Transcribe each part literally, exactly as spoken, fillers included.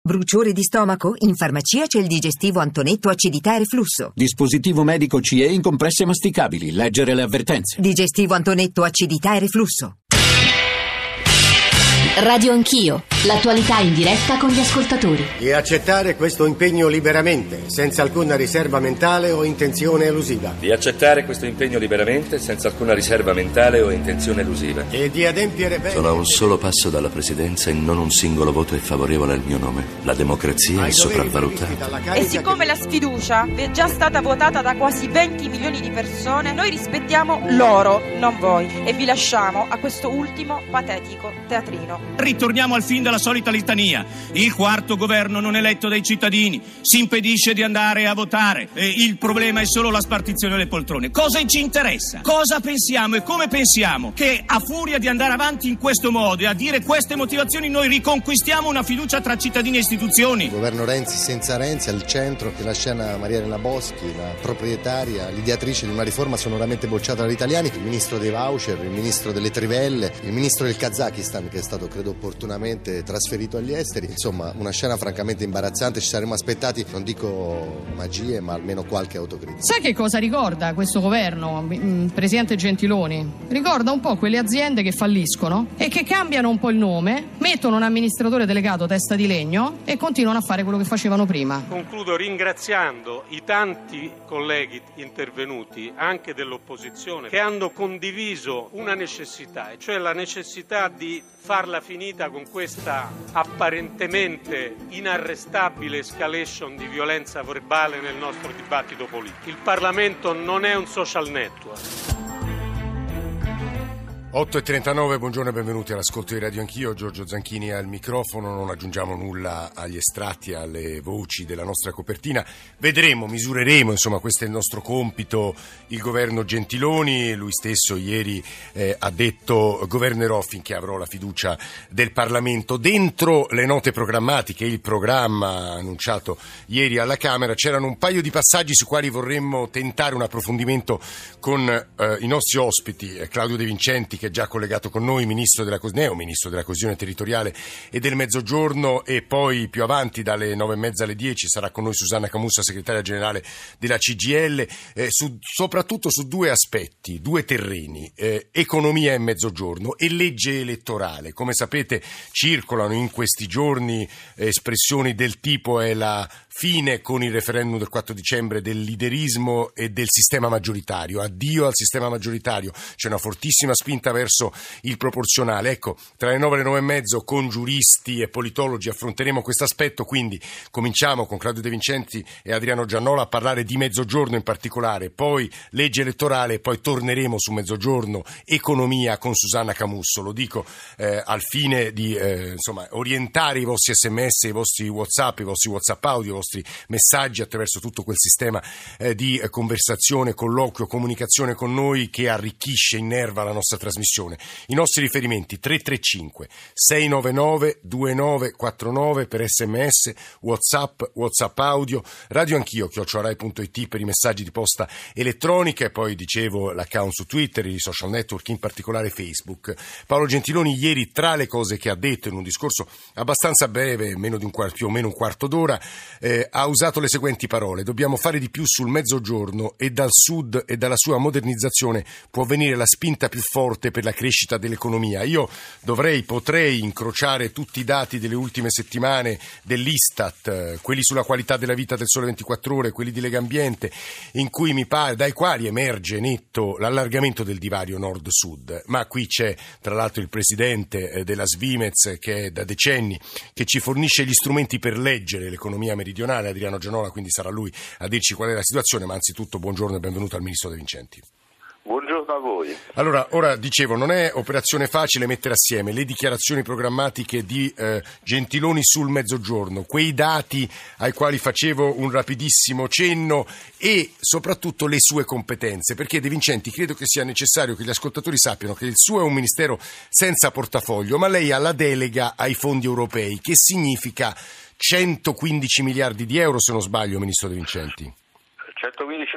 Bruciore di stomaco? In farmacia c'è il digestivo Antonetto acidità e reflusso. Dispositivo medico C E in compresse masticabili. Leggere le avvertenze. Digestivo Antonetto acidità e reflusso. Radio Anch'io, l'attualità in diretta con gli ascoltatori. E accettare questo impegno liberamente, senza alcuna riserva mentale o intenzione elusiva. Di accettare questo impegno liberamente, senza alcuna riserva mentale o intenzione elusiva. E di adempiere bene. Sono a un solo passo dalla presidenza e non un singolo voto è favorevole al mio nome. La democrazia è sopravvalutata. E siccome la sfiducia è già stata votata da quasi venti milioni di persone, noi rispettiamo loro, non voi, e vi lasciamo a questo ultimo patetico teatrino. Ritorniamo al fin della solita litania. Il quarto governo non eletto dai cittadini, si impedisce di andare a votare, e il problema è solo la spartizione delle poltrone. Cosa ci interessa? Cosa pensiamo e come pensiamo? Che a furia di andare avanti in questo modo e a dire queste motivazioni noi riconquistiamo una fiducia tra cittadini e istituzioni? Il governo Renzi senza Renzi al centro della scena Maria Elena Boschi, la proprietaria, l'ideatrice di una riforma sonoramente bocciata dagli italiani, il ministro dei voucher, il ministro delle trivelle, il ministro del Kazakistan che è stato credo opportunamente trasferito agli esteri. Insomma, una scena francamente imbarazzante. Ci saremmo aspettati, non dico magie, ma almeno qualche autocritica. Sai che cosa ricorda questo governo, presidente Gentiloni? Ricorda un po' quelle aziende che falliscono e che cambiano un po' il nome, mettono un amministratore delegato testa di legno e continuano a fare quello che facevano prima. Concludo ringraziando i tanti colleghi intervenuti, anche dell'opposizione, che hanno condiviso una necessità, e cioè la necessità di farla finita con questa apparentemente inarrestabile escalation di violenza verbale nel nostro dibattito politico. Il Parlamento non è un social network. otto e trentanove, buongiorno e benvenuti all'ascolto di Radio Anch'io. Giorgio Zanchini al microfono, non aggiungiamo nulla agli estratti, alle voci della nostra copertina. Vedremo, misureremo, insomma questo è il nostro compito. Il governo Gentiloni, lui stesso ieri eh, ha detto governerò finché avrò la fiducia del Parlamento. Dentro le note programmatiche, il programma annunciato ieri alla Camera, c'erano un paio di passaggi sui quali vorremmo tentare un approfondimento con eh, i nostri ospiti, eh, Claudio De Vincenti, che è già collegato con noi, ministro della, neo ministro della coesione territoriale e del Mezzogiorno, e poi più avanti dalle nove e mezza alle dieci sarà con noi Susanna Camussa, segretaria generale della C G I L, eh, su, soprattutto su due aspetti, due terreni, eh, economia e Mezzogiorno e legge elettorale. Come sapete circolano in questi giorni eh, espressioni del tipo è la fine con il referendum del quattro dicembre del leaderismo e del sistema maggioritario, addio al sistema maggioritario, c'è una fortissima spinta verso il proporzionale. Ecco, tra le nove e le nove e mezzo con giuristi e politologi affronteremo questo aspetto, quindi cominciamo con Claudio De Vincenti e Adriano Giannola a parlare di Mezzogiorno in particolare, poi legge elettorale, poi torneremo su Mezzogiorno, economia con Susanna Camusso. Lo dico eh, al fine di eh, insomma orientare i vostri sms, i vostri WhatsApp, i vostri WhatsApp audio, i vostri messaggi attraverso tutto quel sistema eh, di eh, conversazione, colloquio, comunicazione con noi che arricchisce, innerva la nostra trasmissione. I nostri riferimenti tre tre cinque sei nove nove due nove quattro nove per sms, WhatsApp, WhatsApp audio, Radio Anch'io chiocciola rai punto it per i messaggi di posta elettronica, e poi dicevo l'account su Twitter, i social network, in particolare Facebook. Paolo Gentiloni ieri, tra le cose che ha detto in un discorso abbastanza breve, meno di un quarto, più o meno un quarto d'ora, eh, ha usato le seguenti parole: dobbiamo fare di più sul Mezzogiorno e dal Sud e dalla sua modernizzazione può venire la spinta più forte per la crescita dell'economia. Io dovrei, potrei incrociare tutti i dati delle ultime settimane dell'Istat, eh, quelli sulla qualità della vita del Sole ventiquattro Ore, quelli di Legambiente, in cui mi pare, dai quali emerge netto l'allargamento del divario nord-sud. Ma qui c'è tra l'altro il presidente eh, della Svimez, che è da decenni che ci fornisce gli strumenti per leggere l'economia meridionale, Adriano Giannola, quindi sarà lui a dirci qual è la situazione. Ma anzitutto buongiorno e benvenuto al ministro De Vincenti. Buongiorno a voi. Allora, ora dicevo, non è operazione facile mettere assieme le dichiarazioni programmatiche di eh, Gentiloni sul Mezzogiorno, quei dati ai quali facevo un rapidissimo cenno e soprattutto le sue competenze, perché De Vincenti credo che sia necessario che gli ascoltatori sappiano che il suo è un ministero senza portafoglio, ma lei ha la delega ai fondi europei, che significa centoquindici miliardi di euro, se non sbaglio, ministro De Vincenti. centoquindici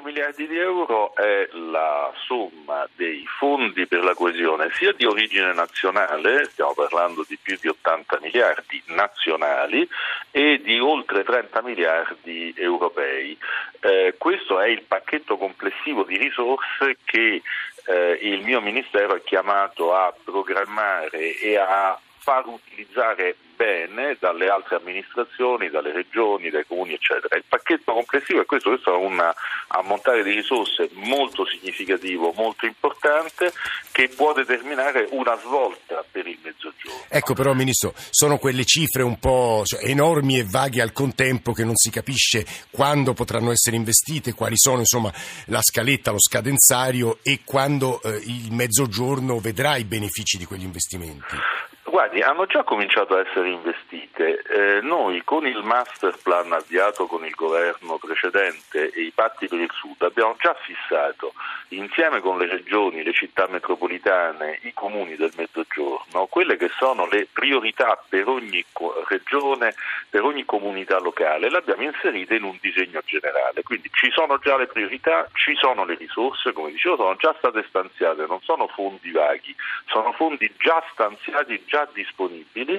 miliardi di euro è la somma dei fondi per la coesione sia di origine nazionale, stiamo parlando di più di ottanta miliardi nazionali, e di oltre trenta miliardi europei. Eh, questo è il pacchetto complessivo di risorse che eh, il mio Ministero è chiamato a programmare e a far utilizzare bene dalle altre amministrazioni, dalle regioni, dai comuni, eccetera. Il pacchetto complessivo è questo, questo è un ammontare di risorse molto significativo, molto importante, che può determinare una svolta per il Mezzogiorno. Ecco però, Ministro, sono quelle cifre un po' cioè, enormi e vaghe al contempo, che non si capisce quando potranno essere investite, quali sono insomma la scaletta, lo scadenzario, e quando eh, il Mezzogiorno vedrà i benefici di quegli investimenti. Guardi, hanno già cominciato a essere investite. Eh, noi con il master plan avviato con il governo precedente e i patti per il Sud abbiamo già fissato, insieme con le regioni, le città metropolitane, i comuni del Mezzogiorno, quelle che sono le priorità per ogni regione, per ogni comunità locale. Le abbiamo inserite in un disegno generale, quindi ci sono già le priorità, ci sono le risorse, come dicevo, sono già state stanziate, non sono fondi vaghi, sono fondi già stanziati, già disponibili,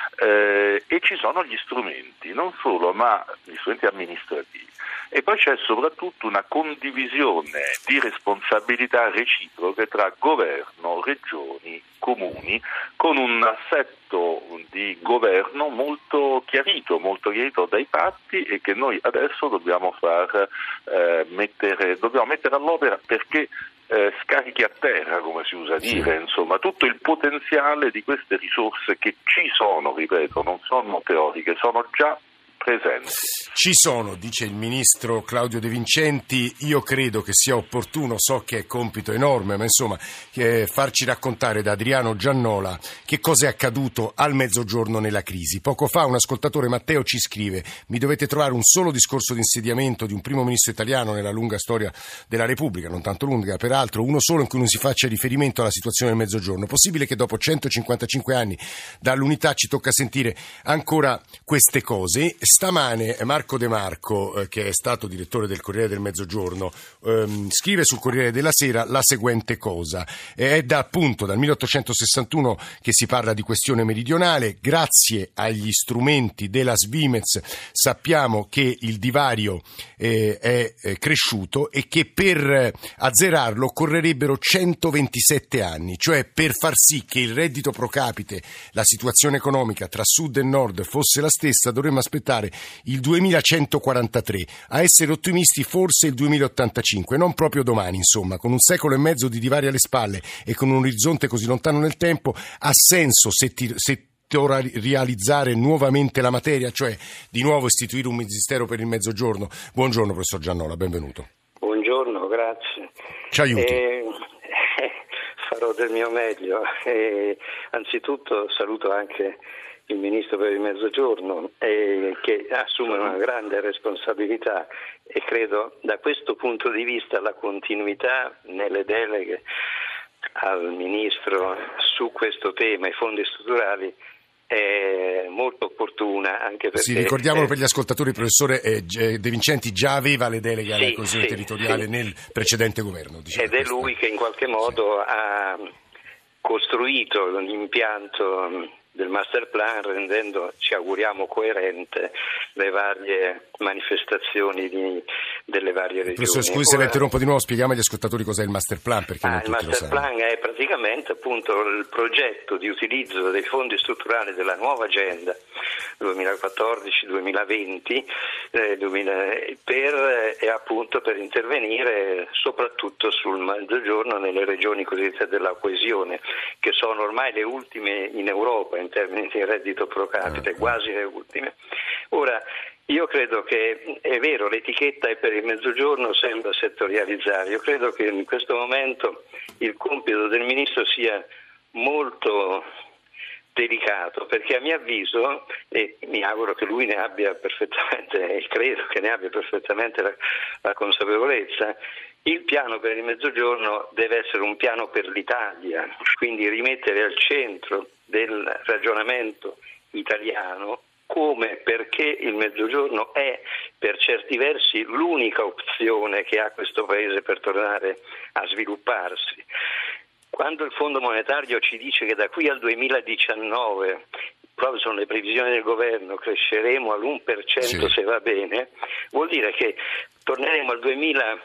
eh, e ci sono gli strumenti, non solo, ma gli strumenti amministrativi. E poi c'è soprattutto una condivisione di responsabilità reciproche tra governo, regioni, comuni, con un assetto di governo molto chiarito, molto chiarito dai patti, e che noi adesso dobbiamo far eh, mettere, dobbiamo mettere all'opera, perché Eh, scarichi a terra, come si usa dire, insomma, tutto il potenziale di queste risorse che ci sono, ripeto, non sono teoriche, sono già presenti. Ci sono, dice il ministro Claudio De Vincenti. Io credo che sia opportuno, so che è compito enorme, ma insomma eh, farci raccontare da Adriano Giannola che cosa è accaduto al Mezzogiorno nella crisi. Poco fa un ascoltatore, Matteo, ci scrive: mi dovete trovare un solo discorso di insediamento di un primo ministro italiano nella lunga storia della Repubblica, non tanto lunga peraltro, uno solo in cui non si faccia riferimento alla situazione del Mezzogiorno. Possibile che dopo centocinquantacinque anni dall'unità ci tocca sentire ancora queste cose? Stamane Marco De Marco, eh, che è stato direttore del Corriere del Mezzogiorno, ehm, scrive sul Corriere della Sera la seguente cosa. Eh, è da appunto dal milleottocentosessantuno che si parla di questione meridionale. Grazie agli strumenti della Svimez sappiamo che il divario eh, è, è cresciuto e che per eh, azzerarlo occorrerebbero centoventisette anni, cioè per far sì che il reddito pro capite, la situazione economica tra sud e nord fosse la stessa, dovremmo aspettare il duemilacentoquarantatré, a essere ottimisti forse il duemilaottantacinque, non proprio domani. Insomma, con un secolo e mezzo di divari alle spalle e con un orizzonte così lontano nel tempo, ha senso settorializzare nuovamente la materia, cioè di nuovo istituire un ministero per il Mezzogiorno. Buongiorno professor Giannola, benvenuto. Buongiorno, grazie. Ci aiuti. Eh, farò del mio meglio. Eh, anzitutto saluto anche il Ministro per il Mezzogiorno, eh, che assume una grande responsabilità, e credo da questo punto di vista la continuità nelle deleghe al Ministro su questo tema, i fondi strutturali, è molto opportuna, anche perché... Sì, ricordiamolo eh, per gli ascoltatori, il professore eh, De Vincenti già aveva le deleghe alla sì, coesione sì, territoriale sì. nel precedente governo. Diciamo, ed è questo. Lui che in qualche modo sì. ha costruito l'impianto del master plan, rendendo, ci auguriamo, coerente le varie manifestazioni di, delle varie regioni. Professor, scusi se la interrompo di nuovo, spieghiamo agli ascoltatori cos'è il master plan, perché ah, non tutti lo sanno. Il master plan è praticamente appunto il progetto di utilizzo dei fondi strutturali della nuova agenda duemilaquattordici duemilaventi eh, per, eh, appunto per intervenire soprattutto sul Mezzogiorno, nelle regioni cosiddette della coesione, che sono ormai le ultime in Europa in termini di reddito pro capite, quasi le ultime. Ora, io credo che è vero, l'etichetta è per il Mezzogiorno, sembra settorializzare. Io credo che in questo momento il compito del Ministro sia molto delicato, perché a mio avviso, e mi auguro che lui ne abbia perfettamente, e credo che ne abbia perfettamente la, la consapevolezza, il piano per il Mezzogiorno deve essere un piano per l'Italia, quindi rimettere al centro del ragionamento italiano come, perché il Mezzogiorno è per certi versi l'unica opzione che ha questo Paese per tornare a svilupparsi. Quando il Fondo Monetario ci dice che da qui al duemiladiciannove, proprio sono le previsioni del governo, cresceremo all'uno per cento sì. se va bene, vuol dire che torneremo al duemilasette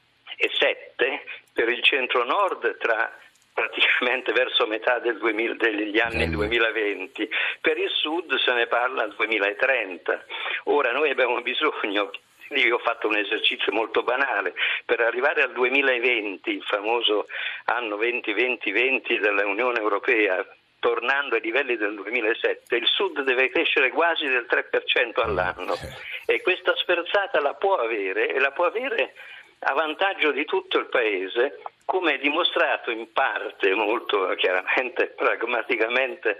per il centro-nord tra praticamente verso metà del duemila, degli anni mm. duemilaventi, per il sud se ne parla al duemilatrenta. Ora noi abbiamo bisogno, io ho fatto un esercizio molto banale, per arrivare al duemilaventi, il famoso anno venti venti venti dell'Unione Europea, tornando ai livelli del duemilasette, il sud deve crescere quasi del tre per cento all'anno e questa sferzata la può avere e la può avere a vantaggio di tutto il paese, come è dimostrato in parte molto chiaramente, pragmaticamente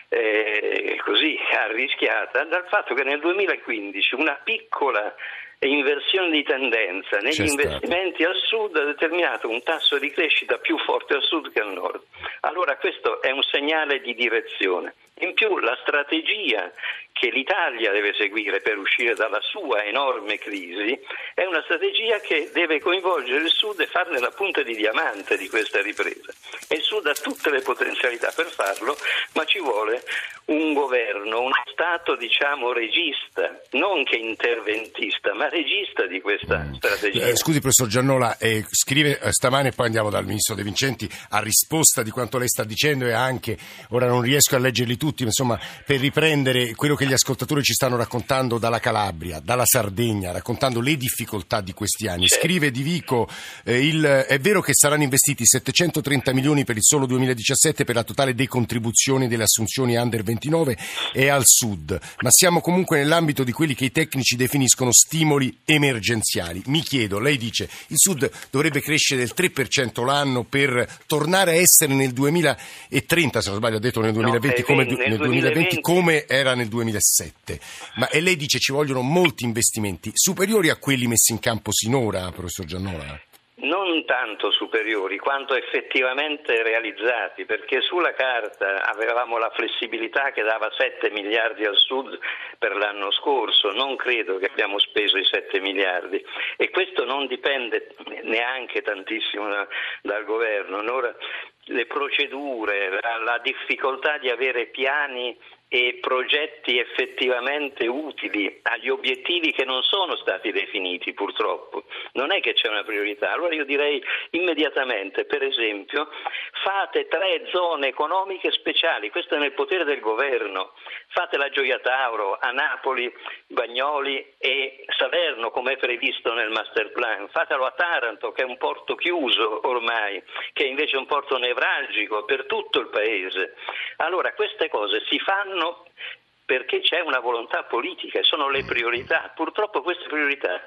eh, così arrischiata, dal fatto che nel duemilaquindici una piccola inversione di tendenza negli C'è investimenti stato. al sud ha determinato un tasso di crescita più forte al sud che al nord. Allora questo è un segnale di direzione. In più la strategia che l'Italia deve seguire per uscire dalla sua enorme crisi è una strategia che deve coinvolgere il Sud e farne la punta di diamante di questa ripresa. E il Sud ha tutte le potenzialità per farlo, ma ci vuole un governo, uno Stato diciamo regista, non che interventista, ma regista di questa strategia. Eh, scusi professor Giannola, eh, scrive eh, stamane e poi andiamo dal ministro De Vincenti a risposta di quanto lei sta dicendo e anche, ora non riesco a leggerli tutti, ma insomma per riprendere quello che gli ascoltatori ci stanno raccontando dalla Calabria, dalla Sardegna, raccontando le difficoltà di questi anni. Certo. Scrive Di Vico, eh, il, è vero che saranno investiti settecentotrenta milioni per il solo duemiladiciassette per la totale decontribuzione delle assunzioni under ventinove e al sud, ma siamo comunque nell'ambito di quelli che i tecnici definiscono stimoli emergenziali. Mi chiedo, lei dice il sud dovrebbe crescere del tre per cento l'anno per tornare a essere nel duemilatrenta, se non sbaglio ha detto nel duemilaventi, no, come, nel duemilaventi come era nel duemilasette, ma e lei dice ci vogliono molti investimenti superiori a quelli messi in campo sinora, professor Giannola? Non tanto superiori quanto effettivamente realizzati, perché sulla carta avevamo la flessibilità che dava sette miliardi al sud per l'anno scorso, non credo che abbiamo speso i sette miliardi e questo non dipende neanche tantissimo da, dal governo. Ora, le procedure, la, la difficoltà di avere piani e progetti effettivamente utili agli obiettivi che non sono stati definiti purtroppo. Non è che c'è una priorità. Allora io direi immediatamente, per esempio, fate tre zone economiche speciali, questo è nel potere del governo, fate la Gioia Tauro a Napoli, Bagnoli e Salerno come è previsto nel master plan, fatelo a Taranto che è un porto chiuso ormai, che è invece un porto nevralgico per tutto il paese. Allora queste cose si fanno perché c'è una volontà politica e sono le priorità. Purtroppo queste priorità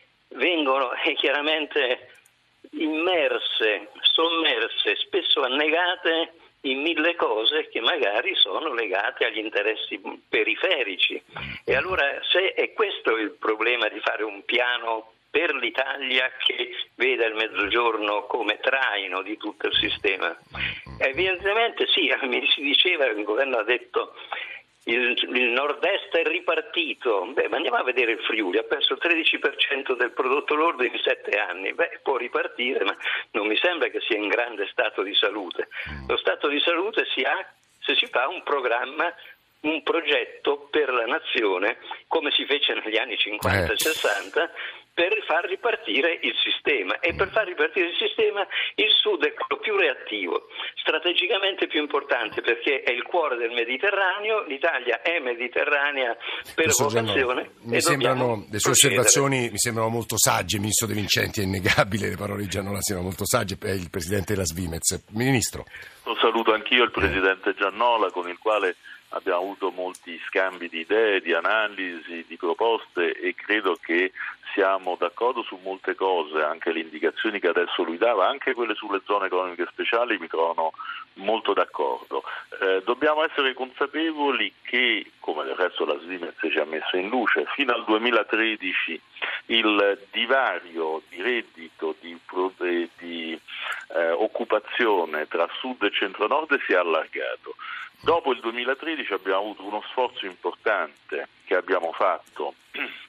vengono eh, chiaramente immerse, sommerse, spesso annegate in mille cose che magari sono legate agli interessi periferici. E allora se è questo il problema di fare un piano per l'Italia che veda il Mezzogiorno come traino di tutto il sistema. Evidentemente sì, mi si diceva, il governo ha detto il, il nord-est è ripartito, beh, ma andiamo a vedere il Friuli, ha perso il tredici per cento del prodotto lordo in sette anni, beh, può ripartire, ma non mi sembra che sia in grande stato di salute. Lo stato di salute si ha se si fa un programma, un progetto per la nazione, come si fece negli anni cinquanta e sessanta, per far ripartire il sistema. E per far ripartire il sistema il Sud è quello più reattivo, strategicamente più importante, perché è il cuore del Mediterraneo, l'Italia è mediterranea per vocazione. Mi sembrano, le sue procedere. osservazioni mi sembrano molto sagge, Ministro De Vincenti, è innegabile, le parole di Giannola siano molto sagge, è il Presidente della Svimez. Ministro. Lo saluto anch'io il Presidente Giannola, con il quale abbiamo avuto molti scambi di idee, di analisi, di proposte, e credo che siamo d'accordo su molte cose, anche le indicazioni che adesso lui dava, anche quelle sulle zone economiche speciali mi trovano molto d'accordo. Eh, dobbiamo essere consapevoli che, come del resto la Svimez ci ha messo in luce, fino al duemilatredici il divario di reddito, di, di eh, occupazione tra sud e centro-nord si è allargato. Dopo il duemilatredici abbiamo avuto uno sforzo importante che abbiamo fatto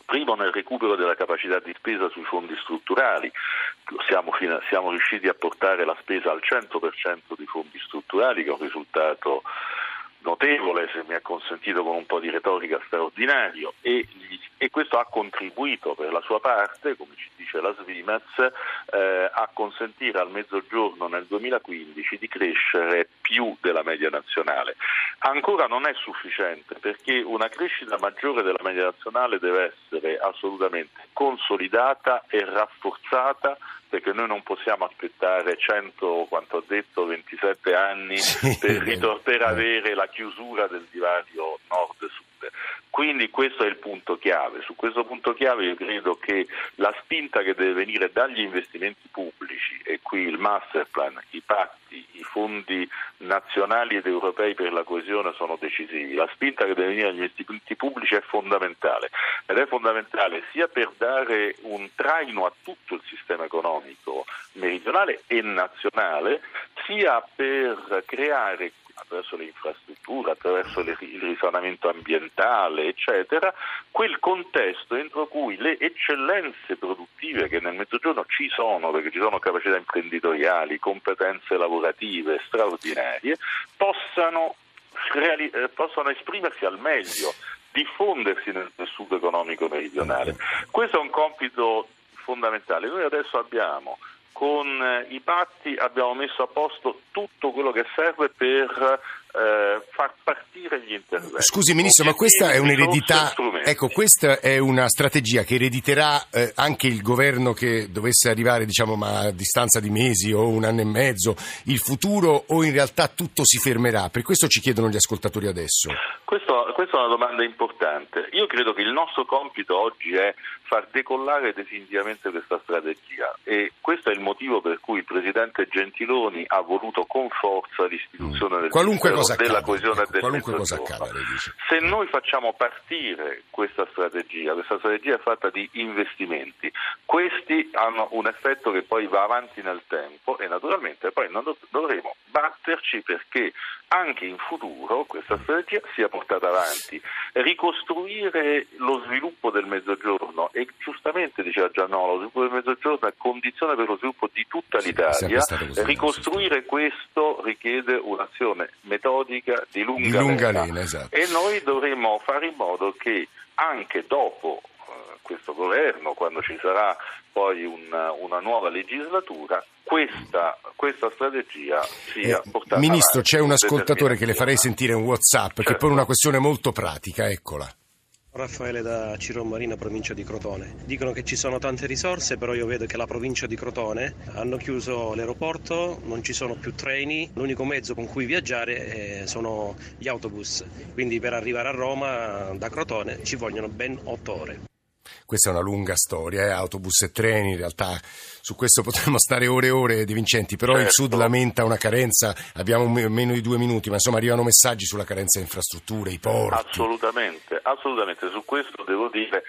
Primo, nel recupero della capacità di spesa sui fondi strutturali. Siamo, siamo riusciti a portare la spesa al cento per cento dei fondi strutturali, che è un risultato notevole, se mi è consentito con un po' di retorica, straordinario, e, e questo ha contribuito per la sua parte, come ci dice la Svimez, eh, a consentire al Mezzogiorno nel duemilaquindici di crescere più della media nazionale. Ancora non è sufficiente, perché una crescita maggiore della media nazionale deve essere assolutamente consolidata e rafforzata, perché noi non possiamo aspettare cento, quanto ho detto, ventisette anni per, ritor- per avere la chiusura del divario nord-sud. Quindi questo è il punto chiave. Su questo punto chiave io credo che la spinta che deve venire dagli investimenti pubblici, e qui il masterplan, i patti, i fondi nazionali ed europei per la coesione sono decisivi. La spinta che deve venire dagli investimenti pubblici è fondamentale, ed è fondamentale sia per dare un traino a tutto il sistema economico meridionale e nazionale, sia per creare, attraverso le infrastrutture, attraverso le, il risanamento ambientale, eccetera, quel contesto entro cui le eccellenze produttive che nel Mezzogiorno ci sono, perché ci sono capacità imprenditoriali, competenze lavorative straordinarie, possano, reali- eh, possano esprimersi al meglio, diffondersi nel tessuto economico meridionale. Questo è un compito fondamentale. Noi adesso abbiamo, con i patti, abbiamo messo a posto tutto quello che serve per eh, far partire gli interventi. Scusi Ministro, ma questa è un'eredità, ecco, questa è una strategia che erediterà eh, anche il governo che dovesse arrivare, diciamo, ma a distanza di mesi o un anno e mezzo, il futuro, o in realtà tutto si fermerà? Per questo ci chiedono gli ascoltatori adesso. Questo, questa è una domanda importante. Io credo che il nostro compito oggi è far decollare definitivamente questa strategia, e questo è il motivo per cui il Presidente Gentiloni ha voluto con forza l'istituzione del qualunque Ministero cosa della accada, coesione ecco, del qualunque cosa Mezzogiorno. accada, lei dice. Se noi facciamo partire questa strategia, questa strategia è fatta di investimenti, questi hanno un effetto che poi va avanti nel tempo, e naturalmente poi non dov- dovremo batterci perché anche in futuro questa strategia sia portata avanti. Ricostruire lo sviluppo del Mezzogiorno, e giustamente diceva Giannolo, lo sviluppo del Mezzogiorno è condizione per lo sviluppo di tutta l'Italia. Ricostruire questo richiede un'azione metodica di lunga, di lunga lena, lena esatto. E noi dovremmo fare in modo che anche dopo uh, questo governo, quando ci sarà poi una, una nuova legislatura, questa, questa strategia sia eh, portata Ministro, avanti. c'è un ascoltatore che le farei sentire un WhatsApp, certo, che pone una questione molto pratica, eccola. Raffaele da Ciro Marina, provincia di Crotone. Dicono che ci sono tante risorse, però io vedo che la provincia di Crotone hanno chiuso l'aeroporto, non ci sono più treni, l'unico mezzo con cui viaggiare sono gli autobus, quindi per arrivare a Roma da Crotone ci vogliono ben otto ore. Questa è una lunga storia, eh? Autobus e treni, in realtà su questo potremmo stare ore e ore, De Vincenti, però certo. Il Sud lamenta una carenza, abbiamo meno di due minuti, ma insomma arrivano messaggi sulla carenza di infrastrutture, i porti. Assolutamente, assolutamente, su questo devo dire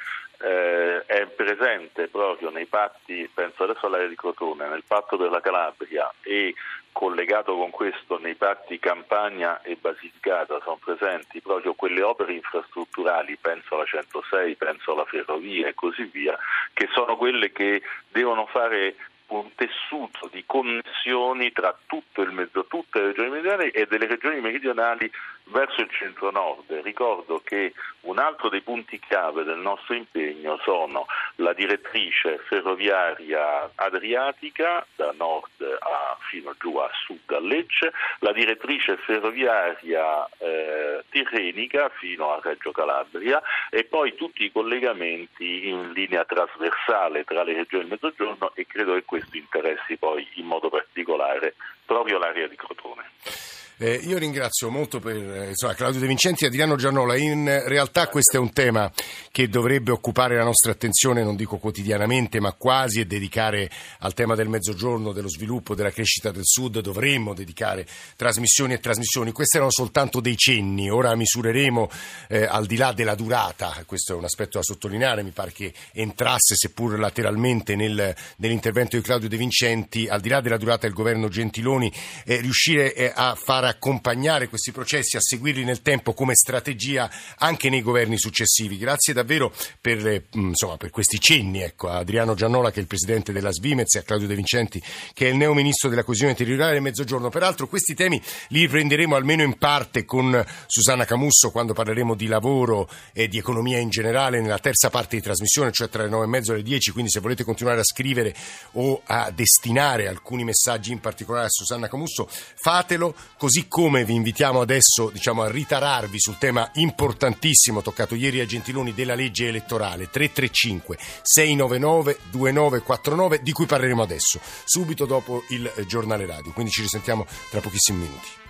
eh, è presente proprio nei patti, penso adesso all'area di Crotone, nel patto per la Calabria, e collegato con questo nei patti Campania e Basilicata sono presenti proprio quelle opere infrastrutturali, penso alla centosei, penso alla ferrovia e così via, che sono quelle che devono fare un tessuto di connessioni tra tutto il mezzo, tutte le regioni meridionali e delle regioni meridionali verso il centro-nord. Ricordo che un altro dei punti chiave del nostro impegno sono la direttrice ferroviaria adriatica da nord a, fino giù a sud a Lecce, la direttrice ferroviaria eh, tirrenica fino a Reggio Calabria, e poi tutti i collegamenti in linea trasversale tra le regioni del Mezzogiorno, e credo che questo interessi poi in modo particolare proprio l'area di Crotone. Eh, io ringrazio molto per eh, insomma, Claudio De Vincenti e Adriano Giannola. In realtà questo è un tema che dovrebbe occupare la nostra attenzione, non dico quotidianamente, ma quasi, e dedicare al tema del Mezzogiorno, dello sviluppo, della crescita del Sud, dovremmo dedicare trasmissioni e trasmissioni. Questi erano soltanto dei cenni, ora misureremo eh, al di là della durata, questo è un aspetto da sottolineare, mi pare che entrasse seppur lateralmente nel, nell'intervento di Claudio De Vincenti, al di là della durata del governo Gentiloni, eh, riuscire eh, a far accompagnare questi processi, a seguirli nel tempo come strategia anche nei governi successivi. Grazie davvero per, insomma, per questi cenni, ecco, a Adriano Giannola, che è il presidente della Svimez, e a Claudio De Vincenti, che è il neo ministro della coesione territoriale del Mezzogiorno. Peraltro questi temi li riprenderemo almeno in parte con Susanna Camusso quando parleremo di lavoro e di economia in generale nella terza parte di trasmissione, cioè tra le nove e mezzo e le dieci, quindi se volete continuare a scrivere o a destinare alcuni messaggi in particolare a Susanna Camusso, fatelo, così come vi invitiamo adesso, diciamo, a ritararvi sul tema importantissimo toccato ieri a Gentiloni della legge elettorale. Tre tre cinque sei nove nove due nove quattro nove, di cui parleremo adesso, subito dopo il giornale radio, quindi ci risentiamo tra pochissimi minuti.